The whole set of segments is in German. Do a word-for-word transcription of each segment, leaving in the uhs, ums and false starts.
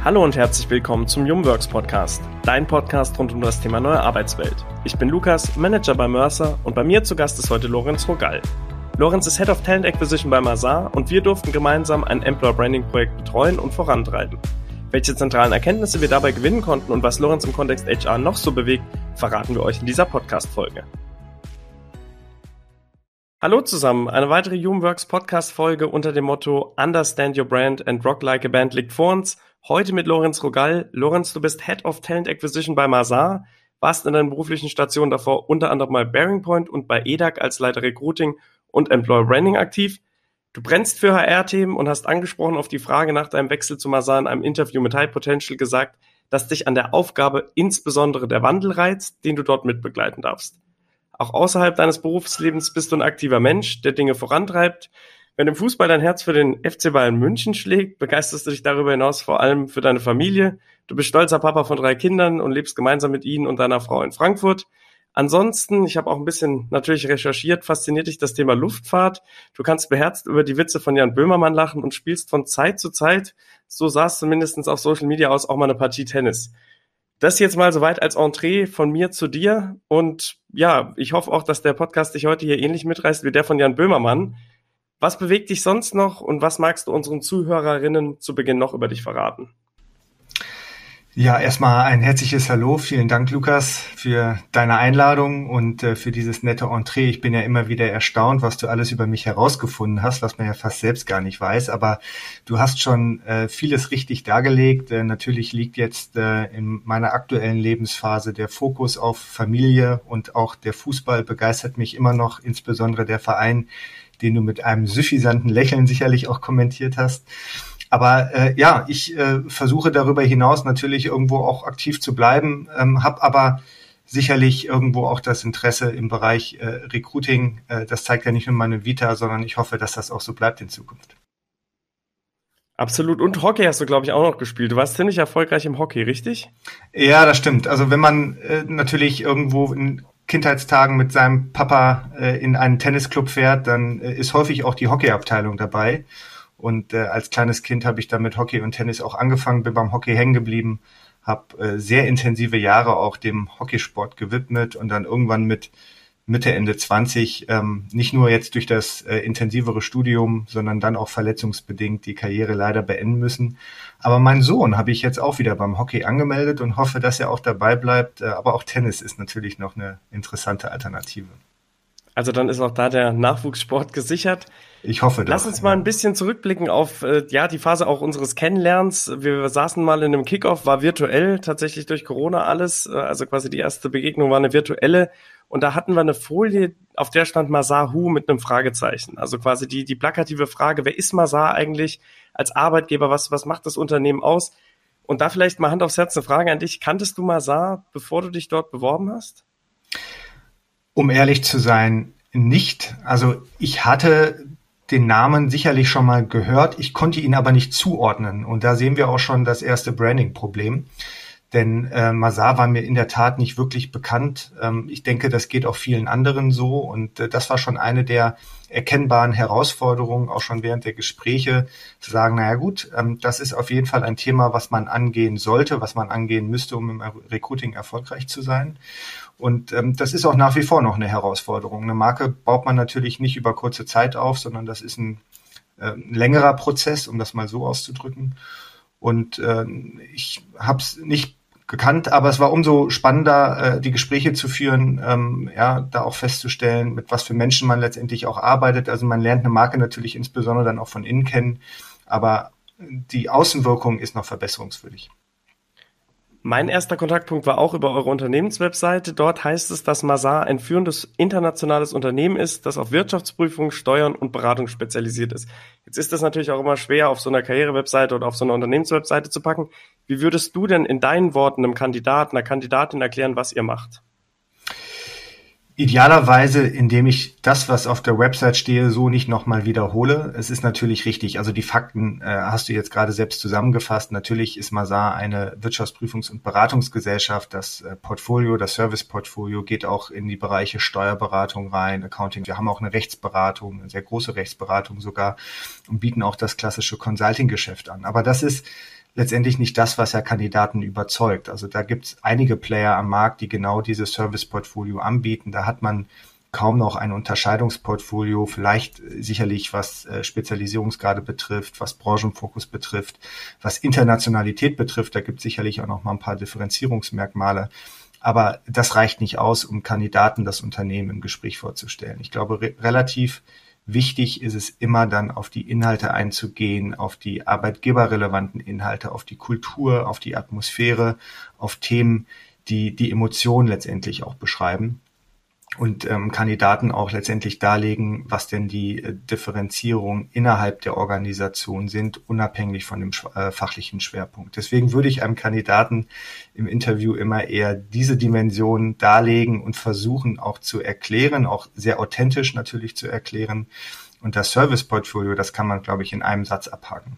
Hallo und herzlich willkommen zum Yumworks Podcast, dein Podcast rund um das Thema neue Arbeitswelt. Ich bin Lukas, Manager bei Mercer und bei mir zu Gast ist heute Lorenz Rogall. Lorenz ist Head of Talent Acquisition bei Mazar und wir durften gemeinsam ein Employer Branding Projekt betreuen und vorantreiben. Welche zentralen Erkenntnisse wir dabei gewinnen konnten und was Lorenz im Kontext H R noch so bewegt, verraten wir euch in dieser Podcast-Folge. Hallo zusammen, eine weitere Yumworks Podcast-Folge unter dem Motto Understand Your Brand and Rock Like a Band liegt vor uns. Heute mit Lorenz Rogall. Lorenz, du bist Head of Talent Acquisition bei Mazar, warst in deinen beruflichen Stationen davor unter anderem bei Bearing Point und bei E D A C als Leiter Recruiting und Employer Branding aktiv. Du brennst für H R-Themen und hast angesprochen auf die Frage nach deinem Wechsel zu Mazar in einem Interview mit High Potential gesagt, dass dich an der Aufgabe insbesondere der Wandel reizt, den du dort mitbegleiten darfst. Auch außerhalb deines Berufslebens bist du ein aktiver Mensch, der Dinge vorantreibt. Wenn im Fußball dein Herz für den F C Bayern München schlägt, begeisterst du dich darüber hinaus vor allem für deine Familie. Du bist stolzer Papa von drei Kindern und lebst gemeinsam mit ihnen und deiner Frau in Frankfurt. Ansonsten, ich habe auch ein bisschen natürlich recherchiert, fasziniert dich das Thema Luftfahrt. Du kannst beherzt über die Witze von Jan Böhmermann lachen und spielst von Zeit zu Zeit, so sah es zumindest auf Social Media aus, auch mal eine Partie Tennis. Das jetzt mal soweit als Entree von mir zu dir. Und ja, ich hoffe auch, dass der Podcast dich heute hier ähnlich mitreißt wie der von Jan Böhmermann. Was bewegt dich sonst noch und was magst du unseren Zuhörerinnen zu Beginn noch über dich verraten? Ja, erstmal ein herzliches Hallo. Vielen Dank, Lukas, für deine Einladung und äh, für dieses nette Entree. Ich bin ja immer wieder erstaunt, was du alles über mich herausgefunden hast, was man ja fast selbst gar nicht weiß. Aber du hast schon äh, vieles richtig dargelegt. Äh, natürlich liegt jetzt äh, in meiner aktuellen Lebensphase der Fokus auf Familie und auch der Fußball begeistert mich immer noch, insbesondere der Verein, den du mit einem suffisanten Lächeln sicherlich auch kommentiert hast. Aber äh, ja, ich äh, versuche darüber hinaus natürlich irgendwo auch aktiv zu bleiben, ähm, habe aber sicherlich irgendwo auch das Interesse im Bereich äh, Recruiting. Äh, das zeigt ja nicht nur meine Vita, sondern ich hoffe, dass das auch so bleibt in Zukunft. Absolut. Und Hockey hast du, glaube ich, auch noch gespielt. Du warst ziemlich erfolgreich im Hockey, richtig? Ja, das stimmt. Also wenn man äh, natürlich irgendwo in Kindheitstagen mit seinem Papa äh, in einen Tennisclub fährt, dann äh, ist häufig auch die Hockeyabteilung dabei. Und äh, als kleines Kind habe ich dann mit Hockey und Tennis auch angefangen, bin beim Hockey hängen geblieben, habe äh, sehr intensive Jahre auch dem Hockeysport gewidmet und dann irgendwann mit Mitte, Ende zwanzig, ähm, nicht nur jetzt durch das äh, intensivere Studium, sondern dann auch verletzungsbedingt die Karriere leider beenden müssen. Aber meinen Sohn habe ich jetzt auch wieder beim Hockey angemeldet und hoffe, dass er auch dabei bleibt. Äh, aber auch Tennis ist natürlich noch eine interessante Alternative. Also dann ist auch da der Nachwuchssport gesichert. Ich hoffe doch. Lass uns mal ein bisschen zurückblicken auf äh, ja die Phase auch unseres Kennenlernens. Wir saßen mal in einem Kickoff, war virtuell, tatsächlich durch Corona alles. Äh, also quasi die erste Begegnung war eine virtuelle. Und da hatten wir eine Folie, auf der stand Mazar Who mit einem Fragezeichen. Also quasi die die plakative Frage, wer ist Mazar eigentlich als Arbeitgeber? Was was macht das Unternehmen aus? Und da vielleicht mal Hand aufs Herz eine Frage an dich. Kanntest du Mazar, bevor du dich dort beworben hast? Um ehrlich zu sein, nicht. Also ich hatte den Namen sicherlich schon mal gehört, ich konnte ihn aber nicht zuordnen. Und da sehen wir auch schon das erste Branding-Problem. Denn äh, Mazar war mir in der Tat nicht wirklich bekannt. Ähm, ich denke, das geht auch vielen anderen so. Und äh, das war schon eine der erkennbaren Herausforderungen, auch schon während der Gespräche, zu sagen, naja gut, ähm, das ist auf jeden Fall ein Thema, was man angehen sollte, was man angehen müsste, um im Recruiting erfolgreich zu sein. Und ähm, das ist auch nach wie vor noch eine Herausforderung. Eine Marke baut man natürlich nicht über kurze Zeit auf, sondern das ist ein, äh, ein längerer Prozess, um das mal so auszudrücken. Und äh, ich habe es nicht gekannt, aber es war umso spannender, äh, die Gespräche zu führen, ähm, ja, da auch festzustellen, mit was für Menschen man letztendlich auch arbeitet. Also man lernt eine Marke natürlich insbesondere dann auch von innen kennen, aber die Außenwirkung ist noch verbesserungswürdig. Mein erster Kontaktpunkt war auch über eure Unternehmenswebseite. Dort heißt es, dass Mazar ein führendes internationales Unternehmen ist, das auf Wirtschaftsprüfung, Steuern und Beratung spezialisiert ist. Jetzt ist das natürlich auch immer schwer, auf so einer Karrierewebseite oder auf so einer Unternehmenswebseite zu packen. Wie würdest du denn in deinen Worten einem Kandidaten, einer Kandidatin erklären, was ihr macht? Idealerweise, indem ich das, was auf der Website stehe, so nicht nochmal wiederhole. Es ist natürlich richtig, also die Fakten äh, hast du jetzt gerade selbst zusammengefasst. Natürlich ist Mazar eine Wirtschaftsprüfungs- und Beratungsgesellschaft. Das äh, Portfolio, das Serviceportfolio geht auch in die Bereiche Steuerberatung rein, Accounting. Wir haben auch eine Rechtsberatung, eine sehr große Rechtsberatung sogar und bieten auch das klassische Consulting-Geschäft an. Aber das ist letztendlich nicht das, was ja Kandidaten überzeugt. Also da gibt es einige Player am Markt, die genau dieses Service-Portfolio anbieten. Da hat man kaum noch ein Unterscheidungsportfolio, vielleicht sicherlich was äh, Spezialisierungsgrade betrifft, was Branchenfokus betrifft, was Internationalität betrifft. Da gibt es sicherlich auch noch mal ein paar Differenzierungsmerkmale. Aber das reicht nicht aus, um Kandidaten das Unternehmen im Gespräch vorzustellen. Ich glaube, re- relativ wichtig ist es immer dann, auf die Inhalte einzugehen, auf die arbeitgeberrelevanten Inhalte, auf die Kultur, auf die Atmosphäre, auf Themen, die die Emotionen letztendlich auch beschreiben. Und ähm, Kandidaten auch letztendlich darlegen, was denn die äh, Differenzierung innerhalb der Organisation sind, unabhängig von dem äh, fachlichen Schwerpunkt. Deswegen würde ich einem Kandidaten im Interview immer eher diese Dimension darlegen und versuchen auch zu erklären, auch sehr authentisch natürlich zu erklären. Und das Service-Portfolio, das kann man, glaube ich, in einem Satz abhaken.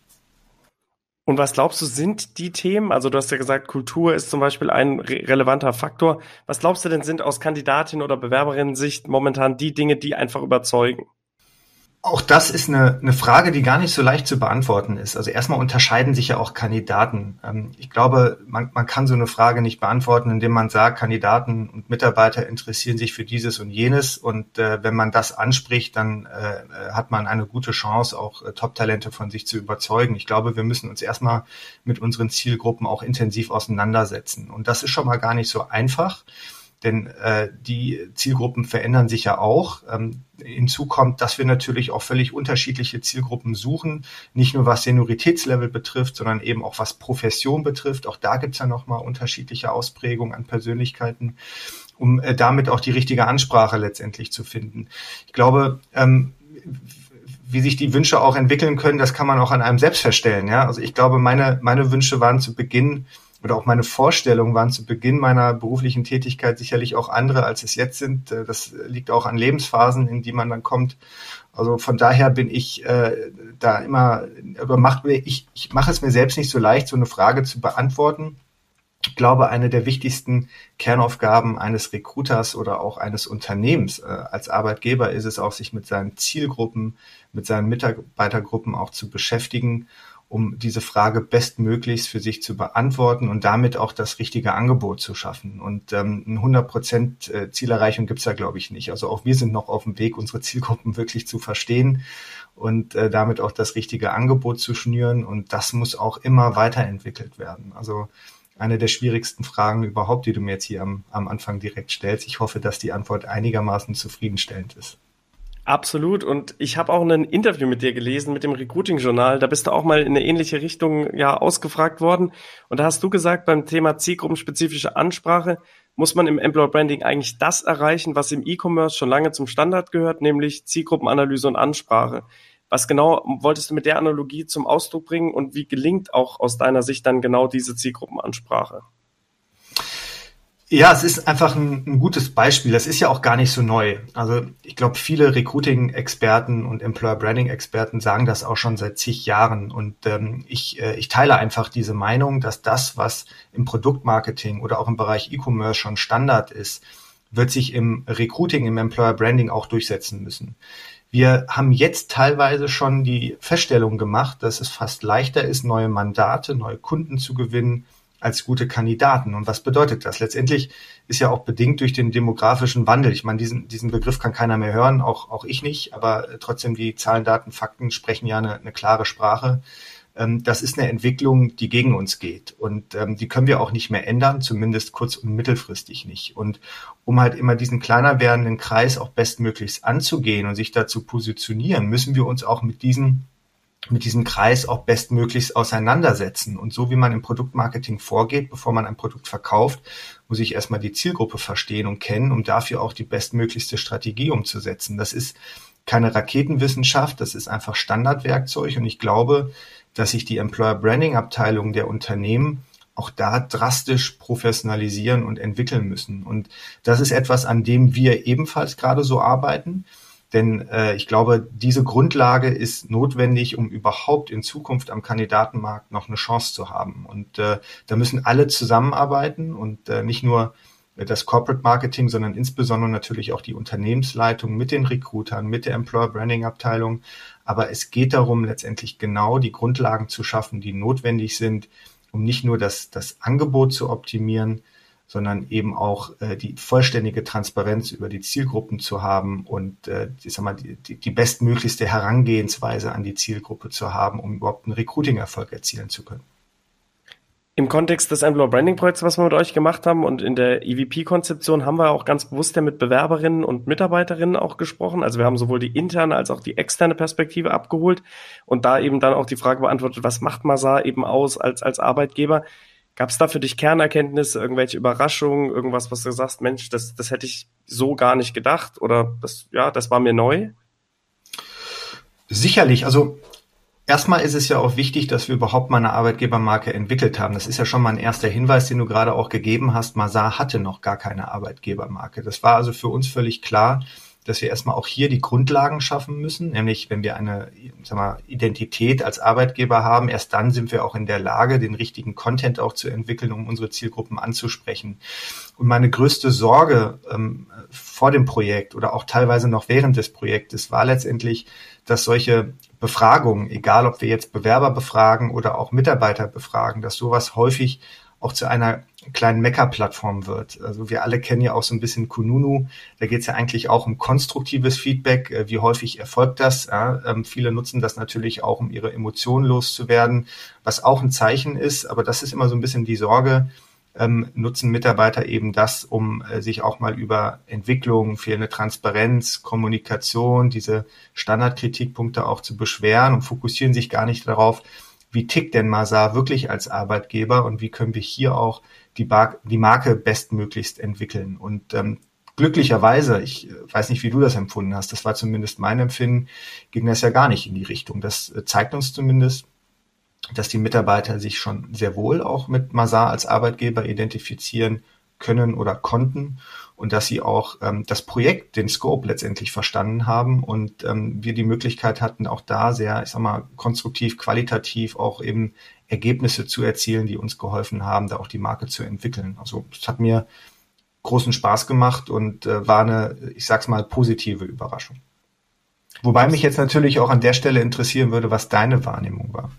Und was glaubst du, sind die Themen, also du hast ja gesagt, Kultur ist zum Beispiel ein re- relevanter Faktor. Was glaubst du denn, sind aus Kandidatin- oder Bewerberinnen-Sicht momentan die Dinge, die einfach überzeugen? Auch das ist eine, eine Frage, die gar nicht so leicht zu beantworten ist. Also erstmal unterscheiden sich ja auch Kandidaten. Ähm, ich glaube, man, man kann so eine Frage nicht beantworten, indem man sagt, Kandidaten und Mitarbeiter interessieren sich für dieses und jenes. Und äh, wenn man das anspricht, dann äh, hat man eine gute Chance, auch äh, Top-Talente von sich zu überzeugen. Ich glaube, wir müssen uns erstmal mit unseren Zielgruppen auch intensiv auseinandersetzen. Und das ist schon mal gar nicht so einfach. Denn äh, die Zielgruppen verändern sich ja auch. Ähm, hinzu kommt, dass wir natürlich auch völlig unterschiedliche Zielgruppen suchen, nicht nur was Senioritätslevel betrifft, sondern eben auch was Profession betrifft. Auch da gibt's ja nochmal unterschiedliche Ausprägungen an Persönlichkeiten, um äh, damit auch die richtige Ansprache letztendlich zu finden. Ich glaube, ähm, wie sich die Wünsche auch entwickeln können, das kann man auch an einem selbst feststellen. Ja? Also ich glaube, meine, meine Wünsche waren zu Beginn oder auch meine Vorstellungen waren zu Beginn meiner beruflichen Tätigkeit sicherlich auch andere, als es jetzt sind. Das liegt auch an Lebensphasen, in die man dann kommt. Also von daher bin ich äh, da immer, aber mach, ich, ich mache es mir selbst nicht so leicht, so eine Frage zu beantworten. Ich glaube, eine der wichtigsten Kernaufgaben eines Recruiters oder auch eines Unternehmens äh, als Arbeitgeber ist es auch, sich mit seinen Zielgruppen, mit seinen Mitarbeitergruppen auch zu beschäftigen, um diese Frage bestmöglichst für sich zu beantworten und damit auch das richtige Angebot zu schaffen. Und ähm, eine hundert Prozent Zielerreichung gibt's da, glaube ich, nicht. Also auch wir sind noch auf dem Weg, unsere Zielgruppen wirklich zu verstehen und äh, damit auch das richtige Angebot zu schnüren. Und das muss auch immer weiterentwickelt werden. Also eine der schwierigsten Fragen überhaupt, die du mir jetzt hier am, am Anfang direkt stellst. Ich hoffe, dass die Antwort einigermaßen zufriedenstellend ist. Absolut. Und ich habe auch ein Interview mit dir gelesen, mit dem Recruiting-Journal. Da bist du auch mal in eine ähnliche Richtung ja ausgefragt worden. Und da hast du gesagt, beim Thema zielgruppenspezifische Ansprache muss man im Employer Branding eigentlich das erreichen, was im E-Commerce schon lange zum Standard gehört, nämlich Zielgruppenanalyse und Ansprache. Was genau wolltest du mit der Analogie zum Ausdruck bringen und wie gelingt auch aus deiner Sicht dann genau diese Zielgruppenansprache? Ja, es ist einfach ein, ein gutes Beispiel. Das ist ja auch gar nicht so neu. Also ich glaube, viele Recruiting-Experten und Employer-Branding-Experten sagen das auch schon seit zig Jahren. Und ähm, ich, äh, ich teile einfach diese Meinung, dass das, was im Produktmarketing oder auch im Bereich E-Commerce schon Standard ist, wird sich im Recruiting, im Employer-Branding auch durchsetzen müssen. Wir haben jetzt teilweise schon die Feststellung gemacht, dass es fast leichter ist, neue Mandate, neue Kunden zu gewinnen, als gute Kandidaten. Und was bedeutet das? Letztendlich ist ja auch bedingt durch den demografischen Wandel. Ich meine, diesen, diesen Begriff kann keiner mehr hören, auch, auch ich nicht, aber trotzdem die Zahlen, Daten, Fakten sprechen ja eine, eine klare Sprache. Ähm, das ist eine Entwicklung, die gegen uns geht. Und ähm, die können wir auch nicht mehr ändern, zumindest kurz- und mittelfristig nicht. Und um halt immer diesen kleiner werdenden Kreis auch bestmöglichst anzugehen und sich dazu positionieren, müssen wir uns auch mit diesen mit diesem Kreis auch bestmöglichst auseinandersetzen. Und so wie man im Produktmarketing vorgeht, bevor man ein Produkt verkauft, muss ich erstmal die Zielgruppe verstehen und kennen, um dafür auch die bestmöglichste Strategie umzusetzen. Das ist keine Raketenwissenschaft, das ist einfach Standardwerkzeug. Und ich glaube, dass sich die Employer Branding Abteilung der Unternehmen auch da drastisch professionalisieren und entwickeln müssen. Und das ist etwas, an dem wir ebenfalls gerade so arbeiten. Denn äh, ich glaube, diese Grundlage ist notwendig, um überhaupt in Zukunft am Kandidatenmarkt noch eine Chance zu haben. Und äh, da müssen alle zusammenarbeiten und äh, nicht nur das Corporate Marketing, sondern insbesondere natürlich auch die Unternehmensleitung mit den Recruitern, mit der Employer Branding Abteilung. Aber es geht darum, letztendlich genau die Grundlagen zu schaffen, die notwendig sind, um nicht nur das, das Angebot zu optimieren, sondern eben auch äh, die vollständige Transparenz über die Zielgruppen zu haben und äh, ich sag mal, die, die, die bestmöglichste Herangehensweise an die Zielgruppe zu haben, um überhaupt einen Recruiting-Erfolg erzielen zu können. Im Kontext des Employer Branding Projekts, was wir mit euch gemacht haben und in der E V P-Konzeption haben wir auch ganz bewusst ja mit Bewerberinnen und Mitarbeiterinnen auch gesprochen. Also wir haben sowohl die interne als auch die externe Perspektive abgeholt und da eben dann auch die Frage beantwortet, was macht Mazar eben aus als, als Arbeitgeber? Gab es da für dich Kernerkenntnisse, irgendwelche Überraschungen, irgendwas, was du sagst, Mensch, das, das hätte ich so gar nicht gedacht oder das, ja, das war mir neu? Sicherlich, also erstmal ist es ja auch wichtig, dass wir überhaupt mal eine Arbeitgebermarke entwickelt haben. Das ist ja schon mal ein erster Hinweis, den du gerade auch gegeben hast. Mazar hatte noch gar keine Arbeitgebermarke. Das war also für uns völlig klar, dass wir erstmal auch hier die Grundlagen schaffen müssen, nämlich wenn wir eine sag mal, Identität als Arbeitgeber haben, erst dann sind wir auch in der Lage, den richtigen Content auch zu entwickeln, um unsere Zielgruppen anzusprechen. Und meine größte Sorge ähm, vor dem Projekt oder auch teilweise noch während des Projektes war letztendlich, dass solche Befragungen, egal ob wir jetzt Bewerber befragen oder auch Mitarbeiter befragen, dass sowas häufig auch zu einer kleinen Mecker-Plattform wird. Also wir alle kennen ja auch so ein bisschen Kununu. Da geht es ja eigentlich auch um konstruktives Feedback. Wie häufig erfolgt das? Ja, ähm, viele nutzen das natürlich auch, um ihre Emotionen loszuwerden, was auch ein Zeichen ist. Aber das ist immer so ein bisschen die Sorge. Ähm, nutzen Mitarbeiter eben das, um äh, sich auch mal über Entwicklung, fehlende Transparenz, Kommunikation, diese Standardkritikpunkte auch zu beschweren und fokussieren sich gar nicht darauf, wie tickt denn Mazar wirklich als Arbeitgeber und wie können wir hier auch die, Bar- die Marke bestmöglichst entwickeln. Und ähm, glücklicherweise, ich weiß nicht, wie du das empfunden hast, das war zumindest mein Empfinden, ging das ja gar nicht in die Richtung. Das äh, zeigt uns zumindest, dass die Mitarbeiter sich schon sehr wohl auch mit Mazar als Arbeitgeber identifizieren können oder konnten und dass sie auch ähm, das Projekt, den Scope letztendlich verstanden haben und ähm, wir die Möglichkeit hatten, auch da sehr, ich sag mal, konstruktiv, qualitativ auch eben Ergebnisse zu erzielen, die uns geholfen haben, da auch die Marke zu entwickeln. Also es hat mir großen Spaß gemacht und äh, war eine, ich sag's mal, positive Überraschung. Wobei mich jetzt natürlich auch an der Stelle interessieren würde, was deine Wahrnehmung war.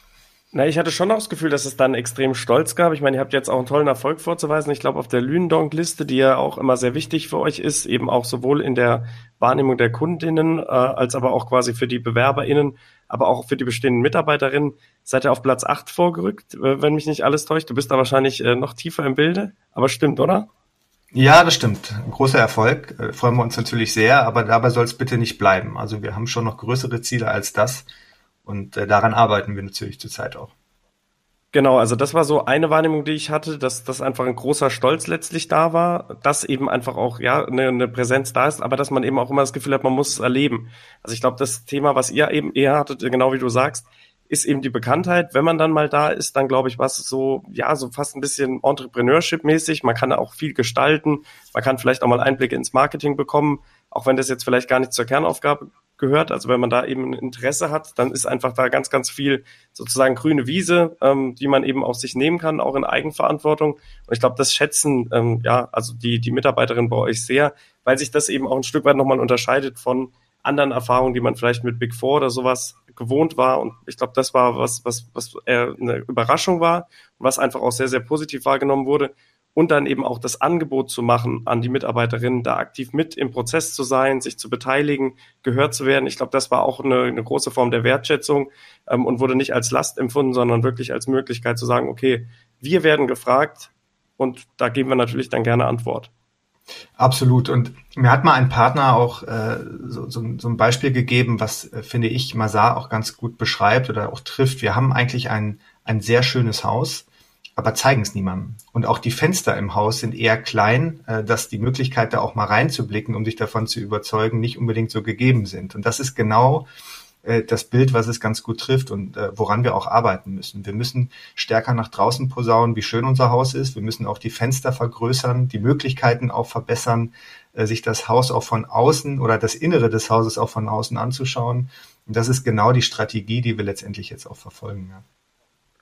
Na, ich hatte schon auch das Gefühl, dass es dann extrem Stolz gab. Ich meine, ihr habt jetzt auch einen tollen Erfolg vorzuweisen. Ich glaube, auf der Lünendonk-Liste, die ja auch immer sehr wichtig für euch ist, eben auch sowohl in der Wahrnehmung der KundInnen, äh, als aber auch quasi für die BewerberInnen, aber auch für die bestehenden MitarbeiterInnen, seid ihr auf Platz acht vorgerückt, äh, wenn mich nicht alles täuscht. Du bist da wahrscheinlich äh, noch tiefer im Bilde, aber stimmt, oder? Ja, das stimmt. Ein großer Erfolg. Äh, freuen wir uns natürlich sehr, aber dabei soll es bitte nicht bleiben. Also wir haben schon noch größere Ziele als das. Und äh, daran arbeiten wir natürlich zurzeit auch. Genau, also das war so eine Wahrnehmung, die ich hatte, dass das einfach ein großer Stolz letztlich da war, dass eben einfach auch ja eine, eine Präsenz da ist, aber dass man eben auch immer das Gefühl hat, man muss es erleben. Also ich glaube, das Thema, was ihr eben eher hattet, genau wie du sagst, ist eben die Bekanntheit. Wenn man dann mal da ist, dann glaube ich, was so ja so fast ein bisschen Entrepreneurship-mäßig. Man kann auch viel gestalten, man kann vielleicht auch mal Einblicke ins Marketing bekommen, auch wenn das jetzt vielleicht gar nicht zur Kernaufgabe gehört. Also wenn man da eben ein Interesse hat, dann ist einfach da ganz, ganz viel sozusagen grüne Wiese, ähm, die man eben auf sich nehmen kann, auch in Eigenverantwortung. Und ich glaube, das schätzen ähm, ja also die die Mitarbeiterinnen bei euch sehr, weil sich das eben auch ein Stück weit nochmal unterscheidet von anderen Erfahrungen, die man vielleicht mit Big Four oder sowas gewohnt war. Und ich glaube, das war was, was, was eher eine Überraschung war, was einfach auch sehr, sehr positiv wahrgenommen wurde. Und dann eben auch das Angebot zu machen an die Mitarbeiterinnen, da aktiv mit im Prozess zu sein, sich zu beteiligen, gehört zu werden. Ich glaube, das war auch eine, eine große Form der Wertschätzung ähm, und wurde nicht als Last empfunden, sondern wirklich als Möglichkeit zu sagen, okay, wir werden gefragt und da geben wir natürlich dann gerne Antwort. Absolut. Und mir hat mal ein Partner auch äh, so, so, so ein Beispiel gegeben, was, äh, finde ich, Mazar auch ganz gut beschreibt oder auch trifft. Wir haben eigentlich ein, ein sehr schönes Haus, aber zeigen es niemandem. Und auch die Fenster im Haus sind eher klein, äh, dass die Möglichkeit, da auch mal reinzublicken, um sich davon zu überzeugen, nicht unbedingt so gegeben sind. Und das ist genau äh, das Bild, was es ganz gut trifft und äh, woran wir auch arbeiten müssen. Wir müssen stärker nach draußen posaunen, wie schön unser Haus ist. Wir müssen auch die Fenster vergrößern, die Möglichkeiten auch verbessern, äh, sich das Haus auch von außen oder das Innere des Hauses auch von außen anzuschauen. Und das ist genau die Strategie, die wir letztendlich jetzt auch verfolgen. Ja.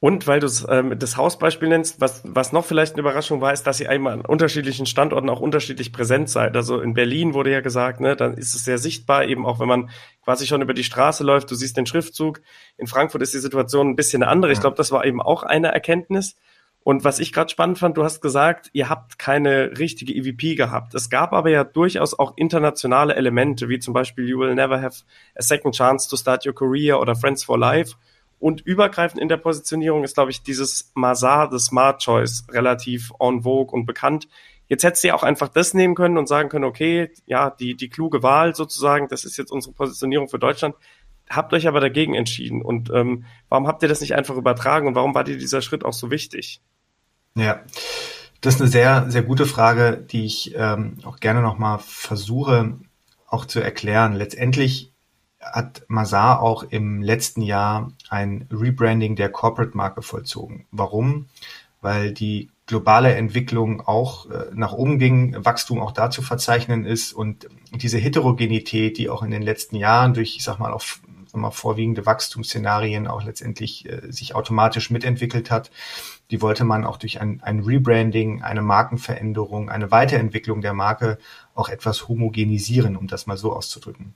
Und weil du ähm, das Hausbeispiel nennst, was, was noch vielleicht eine Überraschung war, ist, dass ihr einmal an unterschiedlichen Standorten auch unterschiedlich präsent seid. Also in Berlin wurde ja gesagt, ne, dann ist es sehr sichtbar, eben auch wenn man quasi schon über die Straße läuft, du siehst den Schriftzug. In Frankfurt ist die Situation ein bisschen eine andere. Ich glaube, das war eben auch eine Erkenntnis. Und was ich gerade spannend fand, du hast gesagt, ihr habt keine richtige E V P gehabt. Es gab aber ja durchaus auch internationale Elemente, wie zum Beispiel You Will Never Have a Second Chance to Start Your Career oder Friends for Life. Und übergreifend in der Positionierung ist, glaube ich, dieses Mazar, the Smart Choice, relativ en vogue und bekannt. Jetzt hättest du ja auch einfach das nehmen können und sagen können, okay, ja, die, die kluge Wahl sozusagen, das ist jetzt unsere Positionierung für Deutschland. Habt euch aber dagegen entschieden. Und ähm, warum habt ihr das nicht einfach übertragen und warum war dir dieser Schritt auch so wichtig? Ja, das ist eine sehr, sehr gute Frage, die ich ähm, auch gerne nochmal versuche auch zu erklären. Letztendlich hat Mazar auch im letzten Jahr ein Rebranding der Corporate-Marke vollzogen. Warum? Weil die globale Entwicklung auch äh, nach oben ging, Wachstum auch da zu verzeichnen ist und diese Heterogenität, die auch in den letzten Jahren durch, ich sag mal, auf mal, vorwiegende Wachstumsszenarien auch letztendlich äh, sich automatisch mitentwickelt hat, die wollte man auch durch ein, ein Rebranding, eine Markenveränderung, eine Weiterentwicklung der Marke auch etwas homogenisieren, um das mal so auszudrücken.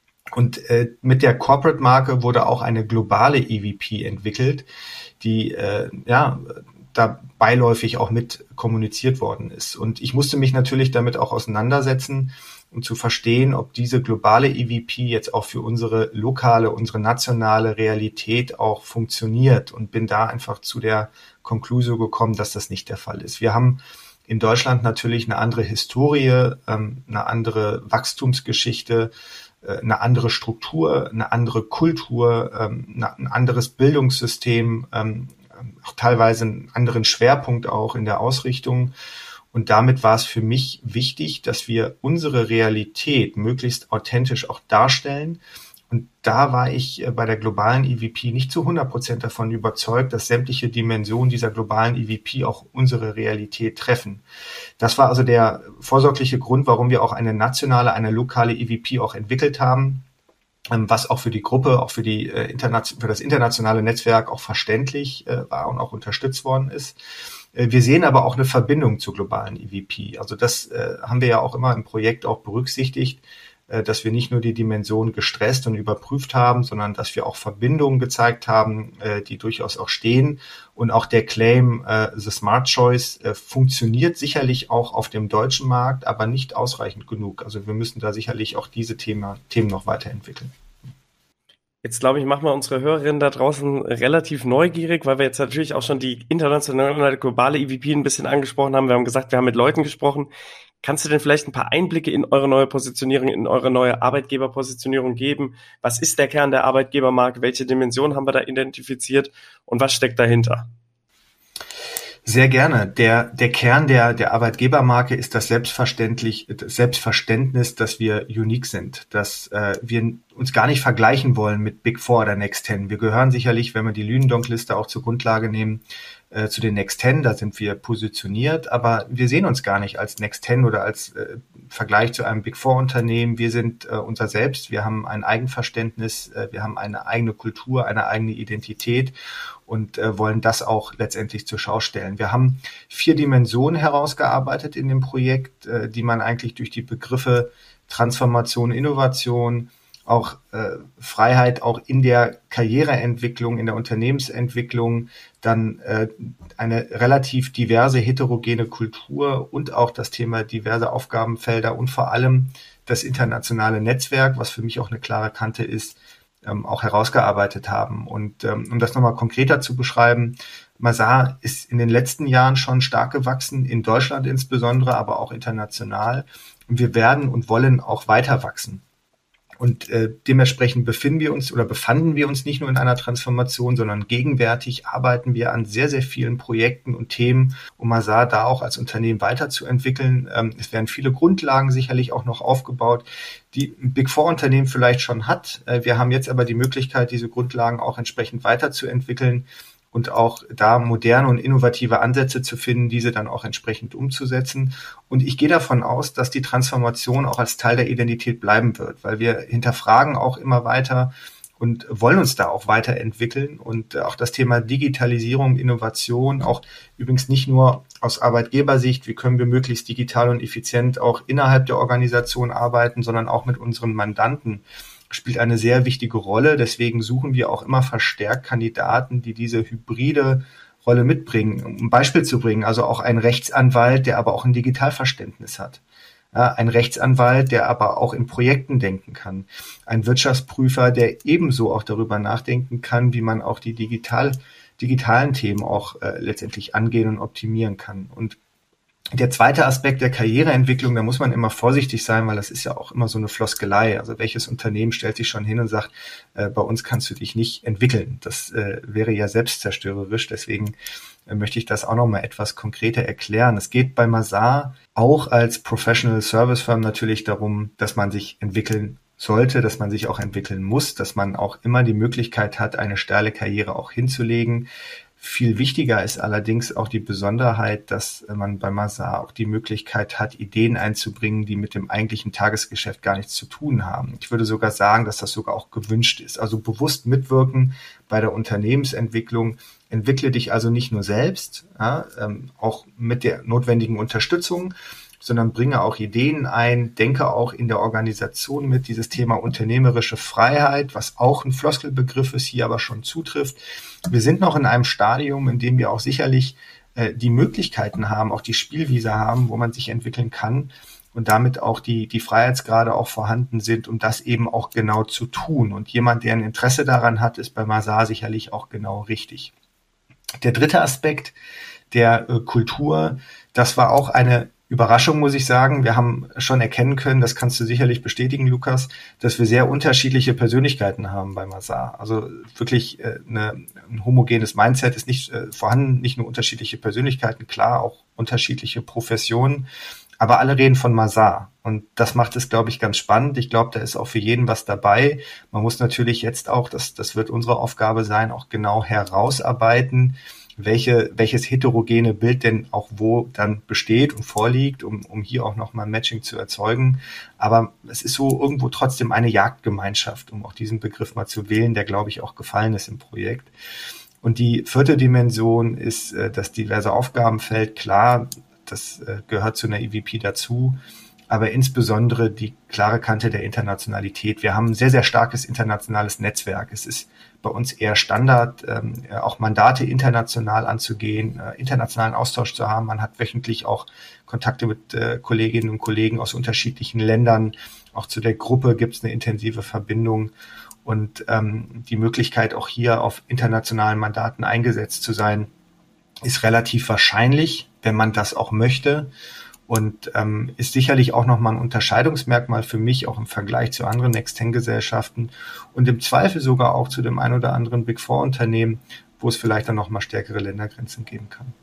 Und äh, mit der Corporate-Marke wurde auch eine globale E V P entwickelt, die äh, ja da beiläufig auch mit kommuniziert worden ist. Und ich musste mich natürlich damit auch auseinandersetzen, um zu verstehen, ob diese globale E V P jetzt auch für unsere lokale, unsere nationale Realität auch funktioniert und bin da einfach zu der Konklusion gekommen, dass das nicht der Fall ist. Wir haben in Deutschland natürlich eine andere Historie, ähm, eine andere Wachstumsgeschichte, äh, eine andere Struktur, eine andere Kultur, ähm, ein anderes Bildungssystem, ähm, auch teilweise einen anderen Schwerpunkt auch in der Ausrichtung. Und damit war es für mich wichtig, dass wir unsere Realität möglichst authentisch auch darstellen. Und da war ich bei der globalen E V P nicht zu hundert Prozent davon überzeugt, dass sämtliche Dimensionen dieser globalen E V P auch unsere Realität treffen. Das war also der vorsorgliche Grund, warum wir auch eine nationale, eine lokale E V P auch entwickelt haben, was auch für die Gruppe, auch für die äh, für das internationale Netzwerk auch verständlich äh, war und auch unterstützt worden ist. Äh, wir sehen aber auch eine Verbindung zur globalen E V P. Also das äh, haben wir ja auch immer im Projekt auch berücksichtigt, äh, dass wir nicht nur die Dimension gestresst und überprüft haben, sondern dass wir auch Verbindungen gezeigt haben, äh, die durchaus auch stehen. Und auch der Claim äh, The Smart Choice äh, funktioniert sicherlich auch auf dem deutschen Markt, aber nicht ausreichend genug. Also wir müssen da sicherlich auch diese Thema, Themen noch weiterentwickeln. Jetzt glaube ich, machen wir unsere Hörerinnen da draußen relativ neugierig, weil wir jetzt natürlich auch schon die internationale globale E V P ein bisschen angesprochen haben. Wir haben gesagt, wir haben mit Leuten gesprochen. Kannst du denn vielleicht ein paar Einblicke in eure neue Positionierung, in eure neue Arbeitgeberpositionierung geben? Was ist der Kern der Arbeitgebermarke? Welche Dimensionen haben wir da identifiziert? Und was steckt dahinter? Sehr gerne. Der, der Kern der, der Arbeitgebermarke ist das selbstverständlich, das Selbstverständnis, dass wir unique sind, dass äh, wir uns gar nicht vergleichen wollen mit Big Four oder Next Ten. Wir gehören sicherlich, wenn wir die Lünendonk-Liste auch zur Grundlage nehmen, äh, zu den Next Ten, da sind wir positioniert, aber wir sehen uns gar nicht als Next Ten oder als äh, Vergleich zu einem Big Four Unternehmen. Wir sind äh, unser Selbst, wir haben ein Eigenverständnis, äh, wir haben eine eigene Kultur, eine eigene Identität und äh, wollen das auch letztendlich zur Schau stellen. Wir haben vier Dimensionen herausgearbeitet in dem Projekt, äh, die man eigentlich durch die Begriffe Transformation, Innovation, auch äh, Freiheit, auch in der Karriereentwicklung, in der Unternehmensentwicklung, dann äh, eine relativ diverse, heterogene Kultur und auch das Thema diverse Aufgabenfelder und vor allem das internationale Netzwerk, was für mich auch eine klare Kante ist, ähm, auch herausgearbeitet haben. Und ähm, um das nochmal konkreter zu beschreiben, Mazar ist in den letzten Jahren schon stark gewachsen, in Deutschland insbesondere, aber auch international. Und wir werden und wollen auch weiter wachsen. Und äh, dementsprechend befinden wir uns oder befanden wir uns nicht nur in einer Transformation, sondern gegenwärtig arbeiten wir an sehr, sehr vielen Projekten und Themen, um Mazar da auch als Unternehmen weiterzuentwickeln. Ähm, es werden viele Grundlagen sicherlich auch noch aufgebaut, die ein Big Four Unternehmen vielleicht schon hat. Äh, wir haben jetzt aber die Möglichkeit, diese Grundlagen auch entsprechend weiterzuentwickeln und auch da moderne und innovative Ansätze zu finden, diese dann auch entsprechend umzusetzen. Und ich gehe davon aus, dass die Transformation auch als Teil der Identität bleiben wird, weil wir hinterfragen auch immer weiter und wollen uns da auch weiterentwickeln. Und auch das Thema Digitalisierung, Innovation, auch übrigens nicht nur aus Arbeitgebersicht, wie können wir möglichst digital und effizient auch innerhalb der Organisation arbeiten, sondern auch mit unseren Mandanten, spielt eine sehr wichtige Rolle. Deswegen suchen wir auch immer verstärkt Kandidaten, die diese hybride Rolle mitbringen. Um ein Beispiel zu bringen, also auch ein Rechtsanwalt, der aber auch ein Digitalverständnis hat. Ja, ein Rechtsanwalt, der aber auch in Projekten denken kann. Ein Wirtschaftsprüfer, der ebenso auch darüber nachdenken kann, wie man auch die digital, digitalen Themen auch äh, letztendlich angehen und optimieren kann. Und der zweite Aspekt der Karriereentwicklung, da muss man immer vorsichtig sein, weil das ist ja auch immer so eine Floskelei. Also welches Unternehmen stellt sich schon hin und sagt, äh, bei uns kannst du dich nicht entwickeln. Das äh, wäre ja selbstzerstörerisch. Deswegen äh, möchte ich das auch noch mal etwas konkreter erklären. Es geht bei Mazars auch als Professional Service Firm natürlich darum, dass man sich entwickeln sollte, dass man sich auch entwickeln muss, dass man auch immer die Möglichkeit hat, eine steile Karriere auch hinzulegen. Viel wichtiger ist allerdings auch die Besonderheit, dass man bei Mazars auch die Möglichkeit hat, Ideen einzubringen, die mit dem eigentlichen Tagesgeschäft gar nichts zu tun haben. Ich würde sogar sagen, dass das sogar auch gewünscht ist. Also bewusst mitwirken bei der Unternehmensentwicklung. Entwickle dich also nicht nur selbst, ja, ähm, auch mit der notwendigen Unterstützung, sondern bringe auch Ideen ein, denke auch in der Organisation mit. Dieses Thema unternehmerische Freiheit, was auch ein Floskelbegriff ist, hier aber schon zutrifft. Wir sind noch in einem Stadium, in dem wir auch sicherlich äh, die Möglichkeiten haben, auch die Spielwiese haben, wo man sich entwickeln kann und damit auch die, die Freiheitsgrade auch vorhanden sind, um das eben auch genau zu tun. Und jemand, der ein Interesse daran hat, ist bei Mazars sicherlich auch genau richtig. Der dritte Aspekt der äh, Kultur, das war auch eine Überraschung, muss ich sagen. Wir haben schon erkennen können, das kannst du sicherlich bestätigen, Lukas, dass wir sehr unterschiedliche Persönlichkeiten haben bei Mazars. Also wirklich äh, eine, ein homogenes Mindset ist nicht äh, vorhanden, nicht nur unterschiedliche Persönlichkeiten, klar, auch unterschiedliche Professionen, aber alle reden von Mazars. Und das macht es, glaube ich, ganz spannend. Ich glaube, da ist auch für jeden was dabei. Man muss natürlich jetzt auch, das, das wird unsere Aufgabe sein, auch genau herausarbeiten, welche, welches heterogene Bild denn auch wo dann besteht und vorliegt, um, um hier auch nochmal ein Matching zu erzeugen. Aber es ist so irgendwo trotzdem eine Jagdgemeinschaft, um auch diesen Begriff mal zu wählen, der, glaube ich, auch gefallen ist im Projekt. Und die vierte Dimension ist äh, das diverse Aufgabenfeld. Klar, das äh, gehört zu einer E V P dazu, aber insbesondere die klare Kante der Internationalität. Wir haben ein sehr, sehr starkes internationales Netzwerk. Es ist bei uns eher Standard, ähm, auch Mandate international anzugehen, äh, internationalen Austausch zu haben. Man hat wöchentlich auch Kontakte mit äh, Kolleginnen und Kollegen aus unterschiedlichen Ländern. Auch zu der Gruppe gibt es eine intensive Verbindung und ähm, die Möglichkeit, auch hier auf internationalen Mandaten eingesetzt zu sein, ist relativ wahrscheinlich, wenn man das auch möchte. Und ähm, ist sicherlich auch nochmal ein Unterscheidungsmerkmal für mich, auch im Vergleich zu anderen Next-Ten-Gesellschaften und im Zweifel sogar auch zu dem ein oder anderen Big-Four-Unternehmen, wo es vielleicht dann nochmal stärkere Ländergrenzen geben kann.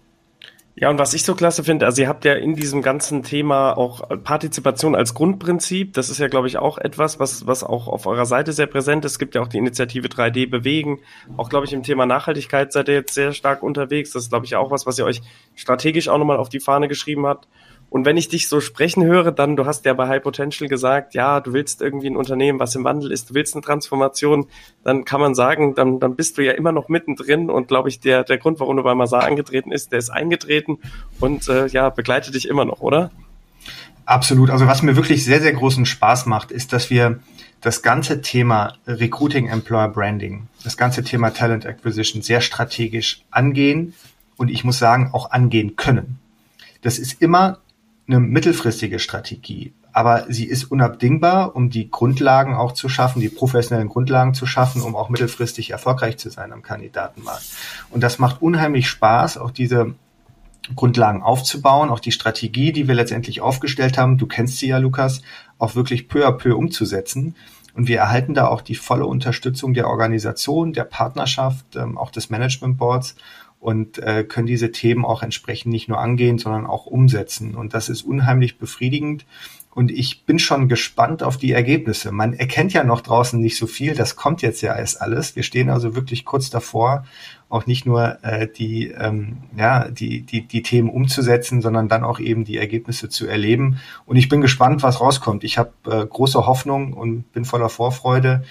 Ja, und was ich so klasse finde, also ihr habt ja in diesem ganzen Thema auch Partizipation als Grundprinzip. Das ist ja, glaube ich, auch etwas, was was auch auf eurer Seite sehr präsent ist. Es gibt ja auch die Initiative drei D Bewegen. Auch, glaube ich, im Thema Nachhaltigkeit seid ihr jetzt sehr stark unterwegs. Das ist, glaube ich, auch was, was ihr euch strategisch auch nochmal auf die Fahne geschrieben habt. Und wenn ich dich so sprechen höre, dann, du hast ja bei High Potential gesagt, ja, du willst irgendwie ein Unternehmen, was im Wandel ist, du willst eine Transformation, dann kann man sagen, dann, dann bist du ja immer noch mittendrin und, glaube ich, der, der Grund, warum du bei Mazars angetreten ist, der ist eingetreten und äh, ja, begleitet dich immer noch, oder? Absolut. Also was mir wirklich sehr, sehr großen Spaß macht, ist, dass wir das ganze Thema Recruiting, Employer Branding, das ganze Thema Talent Acquisition sehr strategisch angehen und ich muss sagen, auch angehen können. Das ist immer eine mittelfristige Strategie, aber sie ist unabdingbar, um die Grundlagen auch zu schaffen, die professionellen Grundlagen zu schaffen, um auch mittelfristig erfolgreich zu sein am Kandidatenmarkt. Und das macht unheimlich Spaß, auch diese Grundlagen aufzubauen, auch die Strategie, die wir letztendlich aufgestellt haben, du kennst sie ja, Lukas, auch wirklich peu à peu umzusetzen. Und wir erhalten da auch die volle Unterstützung der Organisation, der Partnerschaft, ähm, auch des Management Boards und äh, können diese Themen auch entsprechend nicht nur angehen, sondern auch umsetzen. Und das ist unheimlich befriedigend. Und ich bin schon gespannt auf die Ergebnisse. Man erkennt ja noch draußen nicht so viel. Das kommt jetzt ja erst alles. Wir stehen also wirklich kurz davor, auch nicht nur äh, die, ähm, ja, die, die, die Themen umzusetzen, sondern dann auch eben die Ergebnisse zu erleben. Und ich bin gespannt, was rauskommt. Ich habe äh, große Hoffnung und bin voller Vorfreude.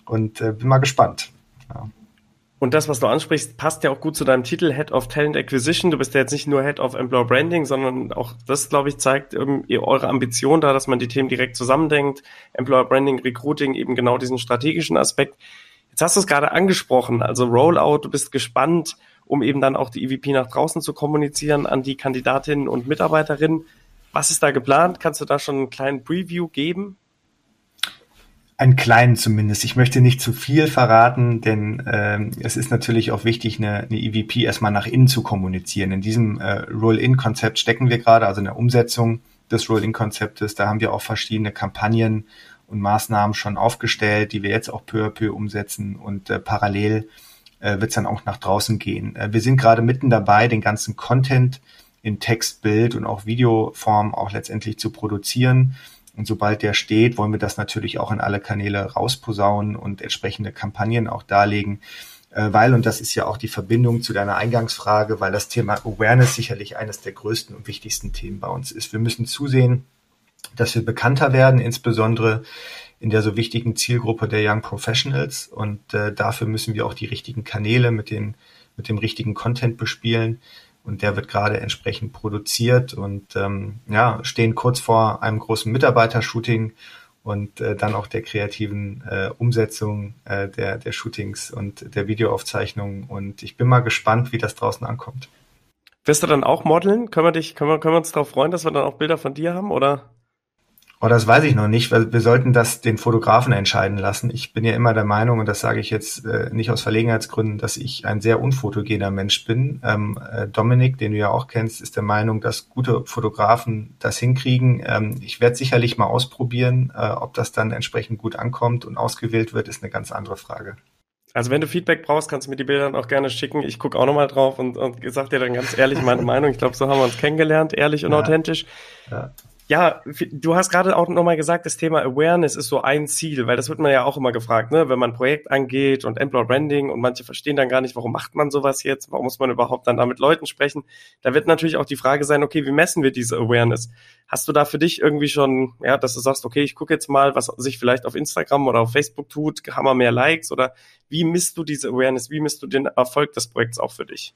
und äh, bin mal gespannt. Ja. Und das, was du ansprichst, passt ja auch gut zu deinem Titel Head of Talent Acquisition. Du bist ja jetzt nicht nur Head of Employer Branding, sondern auch das, glaube ich, zeigt ähm, eure Ambition da, dass man die Themen direkt zusammendenkt. Employer Branding, Recruiting, eben genau diesen strategischen Aspekt. Jetzt hast du es gerade angesprochen, also Rollout, du bist gespannt, um eben dann auch die E V P nach draußen zu kommunizieren an die Kandidatinnen und Mitarbeiterinnen. Was ist da geplant? Kannst du da schon einen kleinen Preview geben? Einen kleinen zumindest. Ich möchte nicht zu viel verraten, denn ähm, es ist natürlich auch wichtig, eine, eine E V P erstmal nach innen zu kommunizieren. In diesem äh, Roll-In-Konzept stecken wir gerade, also in der Umsetzung des Roll-In-Konzeptes. Da haben wir auch verschiedene Kampagnen und Maßnahmen schon aufgestellt, die wir jetzt auch peu à peu umsetzen, und äh, parallel äh, wird es dann auch nach draußen gehen. Äh, wir sind gerade mitten dabei, den ganzen Content in Text, Bild und auch Videoform auch letztendlich zu produzieren. Und sobald der steht, wollen wir das natürlich auch in alle Kanäle rausposaunen und entsprechende Kampagnen auch darlegen, äh, weil, und das ist ja auch die Verbindung zu deiner Eingangsfrage, weil das Thema Awareness sicherlich eines der größten und wichtigsten Themen bei uns ist. Wir müssen zusehen, dass wir bekannter werden, insbesondere in der so wichtigen Zielgruppe der Young Professionals, und äh, dafür müssen wir auch die richtigen Kanäle mit den mit dem richtigen Content bespielen. Und der wird gerade entsprechend produziert und ähm, ja, stehen kurz vor einem großen Mitarbeitershooting und äh, dann auch der kreativen äh, Umsetzung äh, der, der Shootings und der Videoaufzeichnungen. Und ich bin mal gespannt, wie das draußen ankommt. Wirst du dann auch modeln? Können wir dich, können wir, können wir uns darauf freuen, dass wir dann auch Bilder von dir haben, oder? Oh, das weiß ich noch nicht, weil wir sollten das den Fotografen entscheiden lassen. Ich bin ja immer der Meinung, und das sage ich jetzt äh, nicht aus Verlegenheitsgründen, dass ich ein sehr unfotogener Mensch bin. Ähm, äh, Dominik, den du ja auch kennst, ist der Meinung, dass gute Fotografen das hinkriegen. Ähm, ich werde sicherlich mal ausprobieren. Äh, ob das dann entsprechend gut ankommt und ausgewählt wird, ist eine ganz andere Frage. Also wenn du Feedback brauchst, kannst du mir die Bilder dann auch gerne schicken. Ich gucke auch nochmal drauf und, und sag dir dann ganz ehrlich meine Meinung. Ich glaube, so haben wir uns kennengelernt, ehrlich und ja. authentisch. Ja. Ja, du hast gerade auch nochmal gesagt, das Thema Awareness ist so ein Ziel, weil das wird man ja auch immer gefragt, ne, wenn man ein Projekt angeht und Employer Branding, und manche verstehen dann gar nicht, warum macht man sowas jetzt, warum muss man überhaupt dann da mit Leuten sprechen. Da wird natürlich auch die Frage sein, okay, wie messen wir diese Awareness? Hast du da für dich irgendwie schon, ja, dass du sagst, okay, ich gucke jetzt mal, was sich vielleicht auf Instagram oder auf Facebook tut, haben wir mehr Likes, oder wie misst du diese Awareness, wie misst du den Erfolg des Projekts auch für dich?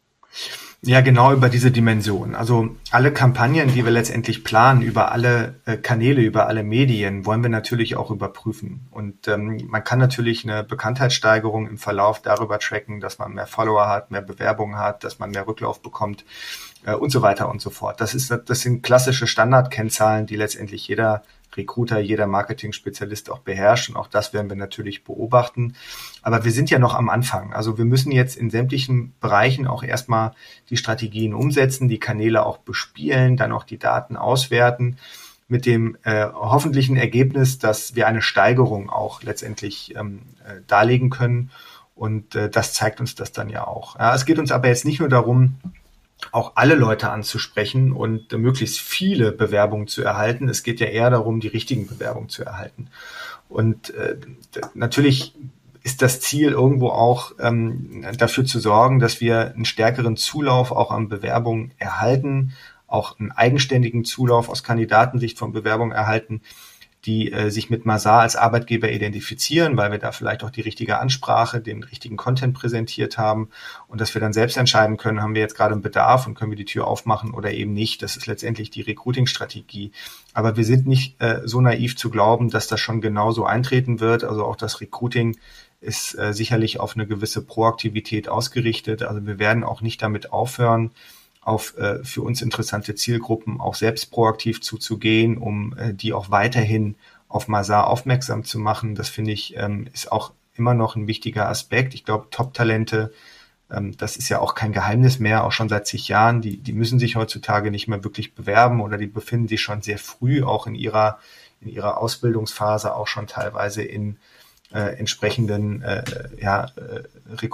Ja, genau über diese Dimension. Also alle Kampagnen, die wir letztendlich planen, über alle äh, Kanäle, über alle Medien, wollen wir natürlich auch überprüfen. Und ähm, man kann natürlich eine Bekanntheitssteigerung im Verlauf darüber tracken, dass man mehr Follower hat, mehr Bewerbungen hat, dass man mehr Rücklauf bekommt äh, und so weiter und so fort. Das ist, das sind klassische Standardkennzahlen, die letztendlich jeder Recruiter, jeder Marketing-Spezialist auch beherrscht, und auch das werden wir natürlich beobachten. Aber wir sind ja noch am Anfang. Also wir müssen jetzt in sämtlichen Bereichen auch erstmal die Strategien umsetzen, die Kanäle auch bespielen, dann auch die Daten auswerten, mit dem äh, hoffentlichen Ergebnis, dass wir eine Steigerung auch letztendlich ähm, äh, darlegen können. Und äh, das zeigt uns das dann ja auch. Ja, es geht uns aber jetzt nicht nur darum, auch alle Leute anzusprechen und äh, möglichst viele Bewerbungen zu erhalten. Es geht ja eher darum, die richtigen Bewerbungen zu erhalten. Und äh, d- natürlich ist das Ziel irgendwo auch ähm, dafür zu sorgen, dass wir einen stärkeren Zulauf auch an Bewerbungen erhalten, auch einen eigenständigen Zulauf aus Kandidatensicht von Bewerbungen erhalten, die äh, sich mit Mazar als Arbeitgeber identifizieren, weil wir da vielleicht auch die richtige Ansprache, den richtigen Content präsentiert haben, und dass wir dann selbst entscheiden können, haben wir jetzt gerade einen Bedarf und können wir die Tür aufmachen oder eben nicht. Das ist letztendlich die Recruiting-Strategie. Aber wir sind nicht äh, so naiv zu glauben, dass das schon genauso eintreten wird. Also auch das Recruiting ist äh, sicherlich auf eine gewisse Proaktivität ausgerichtet. Also wir werden auch nicht damit aufhören, auf äh, für uns interessante Zielgruppen auch selbst proaktiv zuzugehen, um äh, die auch weiterhin auf Mazar aufmerksam zu machen. Das finde ich, ähm, ist auch immer noch ein wichtiger Aspekt. Ich glaube, Top-Talente, ähm, das ist ja auch kein Geheimnis mehr, auch schon seit zig Jahren, die, die müssen sich heutzutage nicht mehr wirklich bewerben, oder die befinden sich schon sehr früh auch in ihrer, in ihrer Ausbildungsphase auch schon teilweise in Äh, entsprechenden äh, ja, äh,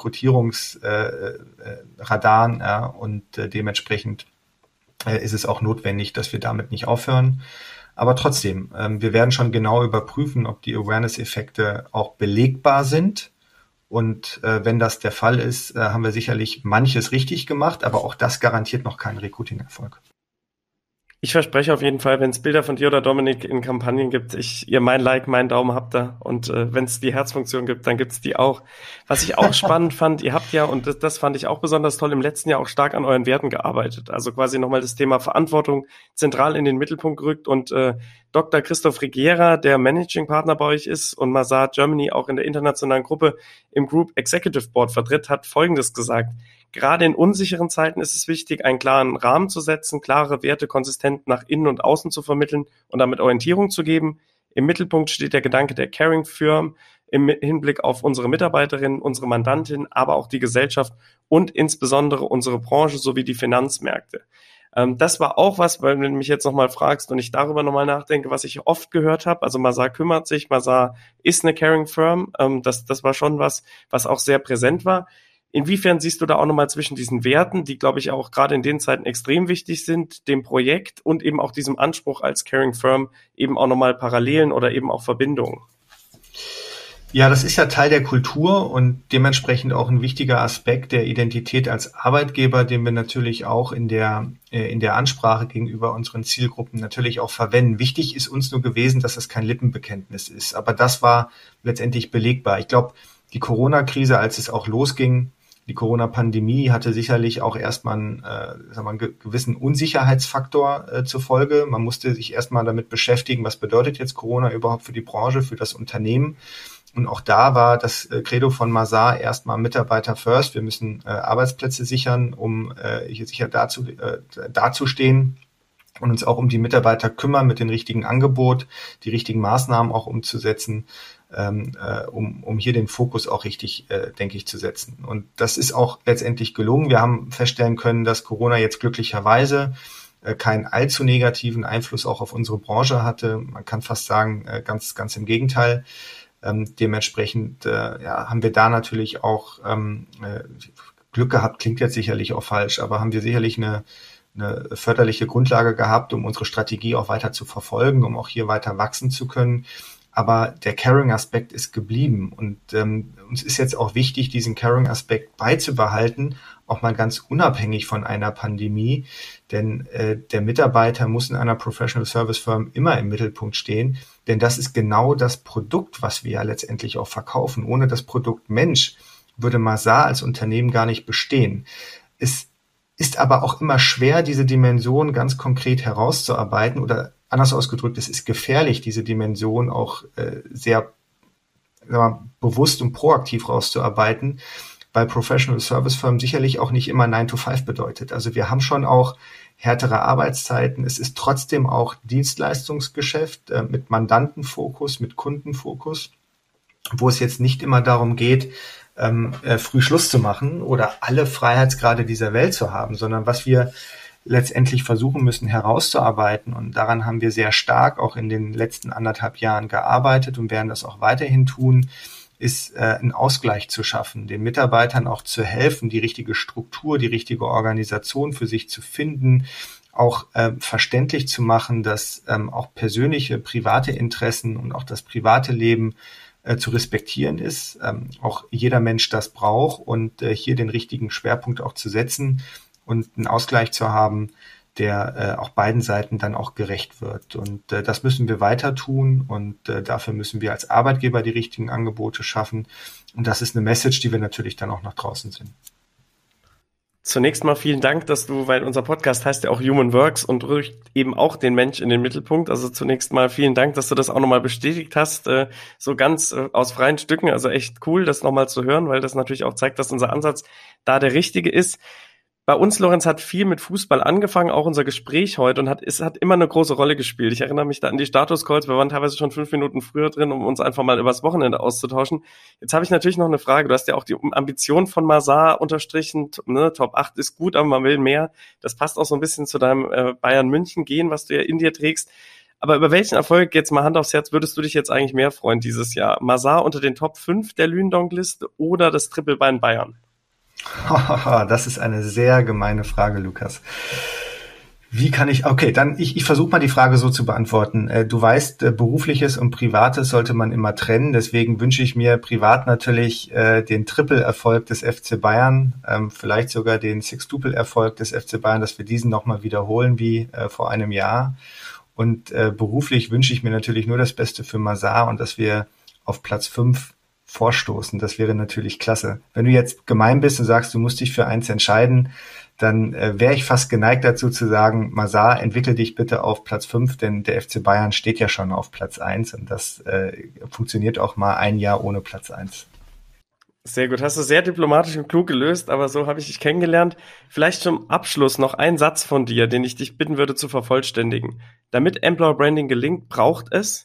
Rekrutierungsradaren, äh, ja, und äh, dementsprechend äh, ist es auch notwendig, dass wir damit nicht aufhören. Aber trotzdem, ähm, wir werden schon genau überprüfen, ob die Awareness-Effekte auch belegbar sind. Und äh, wenn das der Fall ist, äh, haben wir sicherlich manches richtig gemacht, aber auch das garantiert noch keinen Recruiting-Erfolg. Ich verspreche auf jeden Fall, wenn es Bilder von dir oder Dominik in Kampagnen gibt, ich, ihr mein Like, meinen Daumen habt da. Und äh, wenn es die Herzfunktion gibt, dann gibt's die auch. Was ich auch spannend fand, ihr habt ja, und das, das fand ich auch besonders toll, im letzten Jahr auch stark an euren Werten gearbeitet. Also quasi nochmal das Thema Verantwortung zentral in den Mittelpunkt gerückt. Und äh, Doktor Christoph Regiera, der Managing Partner bei euch ist und Mazar Germany auch in der internationalen Gruppe im Group Executive Board vertritt, hat Folgendes gesagt. Gerade in unsicheren Zeiten ist es wichtig, einen klaren Rahmen zu setzen, klare Werte konsistent nach innen und außen zu vermitteln und damit Orientierung zu geben. Im Mittelpunkt steht der Gedanke der Caring Firm im Hinblick auf unsere Mitarbeiterinnen, unsere Mandantinnen, aber auch die Gesellschaft und insbesondere unsere Branche sowie die Finanzmärkte. Ähm, das war auch was, weil wenn du mich jetzt nochmal fragst und ich darüber nochmal nachdenke, was ich oft gehört habe. Also Mazar kümmert sich, Mazar ist eine Caring Firm. Ähm, das, das war schon was, was auch sehr präsent war. Inwiefern siehst du da auch nochmal zwischen diesen Werten, die, glaube ich, auch gerade in den Zeiten extrem wichtig sind, dem Projekt und eben auch diesem Anspruch als Caring Firm eben auch nochmal Parallelen oder eben auch Verbindungen? Ja, das ist ja Teil der Kultur und dementsprechend auch ein wichtiger Aspekt der Identität als Arbeitgeber, den wir natürlich auch in der, äh, in der Ansprache gegenüber unseren Zielgruppen natürlich auch verwenden. Wichtig ist uns nur gewesen, dass es kein Lippenbekenntnis ist. Aber das war letztendlich belegbar. Ich glaube, die Corona-Krise, als es auch losging, die Corona-Pandemie hatte sicherlich auch erstmal einen, äh, sagen wir, einen gewissen Unsicherheitsfaktor äh, zur Folge. Man musste sich erstmal damit beschäftigen, was bedeutet jetzt Corona überhaupt für die Branche, für das Unternehmen. Und auch da war das äh, Credo von Mazar erstmal Mitarbeiter first. Wir müssen äh, Arbeitsplätze sichern, um äh, hier sicher dazu, äh, dazustehen und uns auch um die Mitarbeiter kümmern mit dem richtigen Angebot, die richtigen Maßnahmen auch umzusetzen. Ähm, äh, um, um hier den Fokus auch richtig, äh, denke ich, zu setzen. Und das ist auch letztendlich gelungen. Wir haben feststellen können, dass Corona jetzt glücklicherweise äh, keinen allzu negativen Einfluss auch auf unsere Branche hatte. Man kann fast sagen, äh, ganz, ganz im Gegenteil. Ähm, dementsprechend äh, ja, haben wir da natürlich auch ähm, äh, Glück gehabt, klingt jetzt sicherlich auch falsch, aber haben wir sicherlich eine eine förderliche Grundlage gehabt, um unsere Strategie auch weiter zu verfolgen, um auch hier weiter wachsen zu können. Aber der Caring-Aspekt ist geblieben und ähm, uns ist jetzt auch wichtig, diesen Caring-Aspekt beizubehalten, auch mal ganz unabhängig von einer Pandemie, denn äh, der Mitarbeiter muss in einer Professional Service Firm immer im Mittelpunkt stehen, denn das ist genau das Produkt, was wir ja letztendlich auch verkaufen. Ohne das Produkt Mensch würde Mazar als Unternehmen gar nicht bestehen. Es ist aber auch immer schwer, diese Dimension ganz konkret herauszuarbeiten oder anders ausgedrückt, es ist gefährlich, diese Dimension auch äh, sehr sagen wir mal, bewusst und proaktiv rauszuarbeiten, weil Professional Service Firm sicherlich auch nicht immer nine to five bedeutet. Also wir haben schon auch härtere Arbeitszeiten. Es ist trotzdem auch Dienstleistungsgeschäft äh, mit Mandantenfokus, mit Kundenfokus, wo es jetzt nicht immer darum geht, ähm, äh, früh Schluss zu machen oder alle Freiheitsgrade dieser Welt zu haben, sondern was wir letztendlich versuchen müssen herauszuarbeiten. Und daran haben wir sehr stark auch in den letzten anderthalb Jahren gearbeitet und werden das auch weiterhin tun, ist äh, einen Ausgleich zu schaffen, den Mitarbeitern auch zu helfen, die richtige Struktur, die richtige Organisation für sich zu finden, auch äh, verständlich zu machen, dass ähm, auch persönliche, private Interessen und auch das private Leben äh, zu respektieren ist, ähm, auch jeder Mensch das braucht und äh, hier den richtigen Schwerpunkt auch zu setzen und einen Ausgleich zu haben, der äh, auch beiden Seiten dann auch gerecht wird. Und äh, das müssen wir weiter tun und äh, dafür müssen wir als Arbeitgeber die richtigen Angebote schaffen. Und das ist eine Message, die wir natürlich dann auch nach draußen sind. Zunächst mal vielen Dank, dass du, weil unser Podcast heißt ja auch Human Works und rückt eben auch den Mensch in den Mittelpunkt. Also zunächst mal vielen Dank, dass du das auch nochmal bestätigt hast, äh, so ganz äh, aus freien Stücken. Also echt cool, das nochmal zu hören, weil das natürlich auch zeigt, dass unser Ansatz da der richtige ist. Bei uns, Lorenz, hat viel mit Fußball angefangen, auch unser Gespräch heute, und hat es hat immer eine große Rolle gespielt. Ich erinnere mich da an die Status-Calls, wir waren teilweise schon fünf Minuten früher drin, um uns einfach mal übers Wochenende auszutauschen. Jetzt habe ich natürlich noch eine Frage. Du hast ja auch die Ambition von Mazar unterstrichen, ne? Top acht ist gut, aber man will mehr. Das passt auch so ein bisschen zu deinem äh, Bayern München gehen, was du ja in dir trägst. Aber über welchen Erfolg, jetzt mal Hand aufs Herz, würdest du dich jetzt eigentlich mehr freuen dieses Jahr? Mazar unter den Top fünf der Lündong-Liste oder das Triple-Bein Bayern? Das ist eine sehr gemeine Frage, Lukas. Wie kann ich, okay, dann ich, ich versuche mal die Frage so zu beantworten. Äh, du weißt, äh, berufliches und privates sollte man immer trennen. Deswegen wünsche ich mir privat natürlich äh, den Triple-Erfolg des F C Bayern, ähm, vielleicht sogar den Sextuple-Erfolg des F C Bayern, dass wir diesen nochmal wiederholen wie äh, vor einem Jahr. Und äh, beruflich wünsche ich mir natürlich nur das Beste für Mazar und dass wir auf Platz fünf vorstoßen. Das wäre natürlich klasse. Wenn du jetzt gemein bist und sagst, du musst dich für eins entscheiden, dann äh, wäre ich fast geneigt dazu zu sagen, Mazar, entwickle dich bitte auf Platz fünf, denn der F C Bayern steht ja schon auf Platz eins und das äh, funktioniert auch mal ein Jahr ohne Platz eins. Sehr gut, hast du sehr diplomatisch und klug gelöst, aber so habe ich dich kennengelernt. Vielleicht zum Abschluss noch ein Satz von dir, den ich dich bitten würde zu vervollständigen. Damit Employer Branding gelingt, braucht es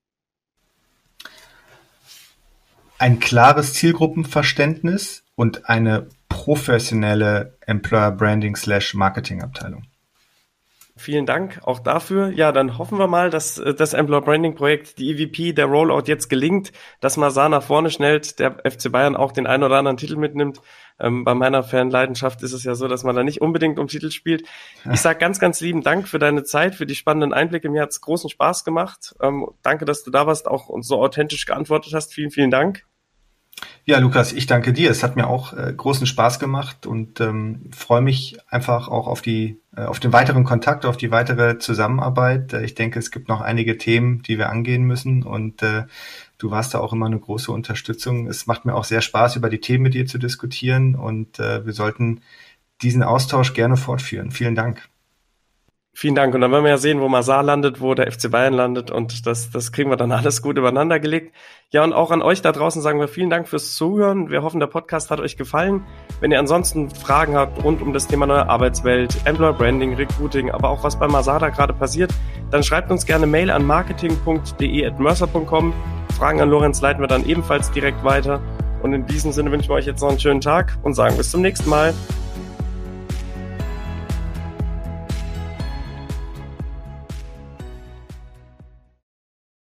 ein klares Zielgruppenverständnis und eine professionelle Employer Branding slash Marketing Abteilung. Vielen Dank auch dafür. Ja, dann hoffen wir mal, dass das Employer Branding Projekt, die E V P, der Rollout jetzt gelingt, dass Mazar nach vorne schnellt, der F C Bayern auch den einen oder anderen Titel mitnimmt. Ähm, bei meiner Fanleidenschaft ist es ja so, dass man da nicht unbedingt um Titel spielt. Ich sage ganz, ganz lieben Dank für deine Zeit, für die spannenden Einblicke. Mir hat es großen Spaß gemacht. Ähm, danke, dass du da warst, auch und so authentisch geantwortet hast. Vielen, vielen Dank. Ja, Lukas, ich danke dir. Es hat mir auch äh, großen Spaß gemacht und ähm, freue mich einfach auch auf die äh, auf den weiteren Kontakt, auf die weitere Zusammenarbeit. Äh, ich denke, es gibt noch einige Themen, die wir angehen müssen und äh, du warst da auch immer eine große Unterstützung. Es macht mir auch sehr Spaß, über die Themen mit dir zu diskutieren und äh, wir sollten diesen Austausch gerne fortführen. Vielen Dank. Vielen Dank. Und dann werden wir ja sehen, wo Mazar landet, wo der F C Bayern landet und das, das kriegen wir dann alles gut übereinander gelegt. Ja, und auch an euch da draußen sagen wir vielen Dank fürs Zuhören. Wir hoffen, der Podcast hat euch gefallen. Wenn ihr ansonsten Fragen habt rund um das Thema neue Arbeitswelt, Employer Branding, Recruiting, aber auch was bei Mazar da gerade passiert, dann schreibt uns gerne Mail an marketing punkt de at mercer punkt com. Fragen an Lorenz leiten wir dann ebenfalls direkt weiter. Und in diesem Sinne wünschen wir euch jetzt noch einen schönen Tag und sagen bis zum nächsten Mal.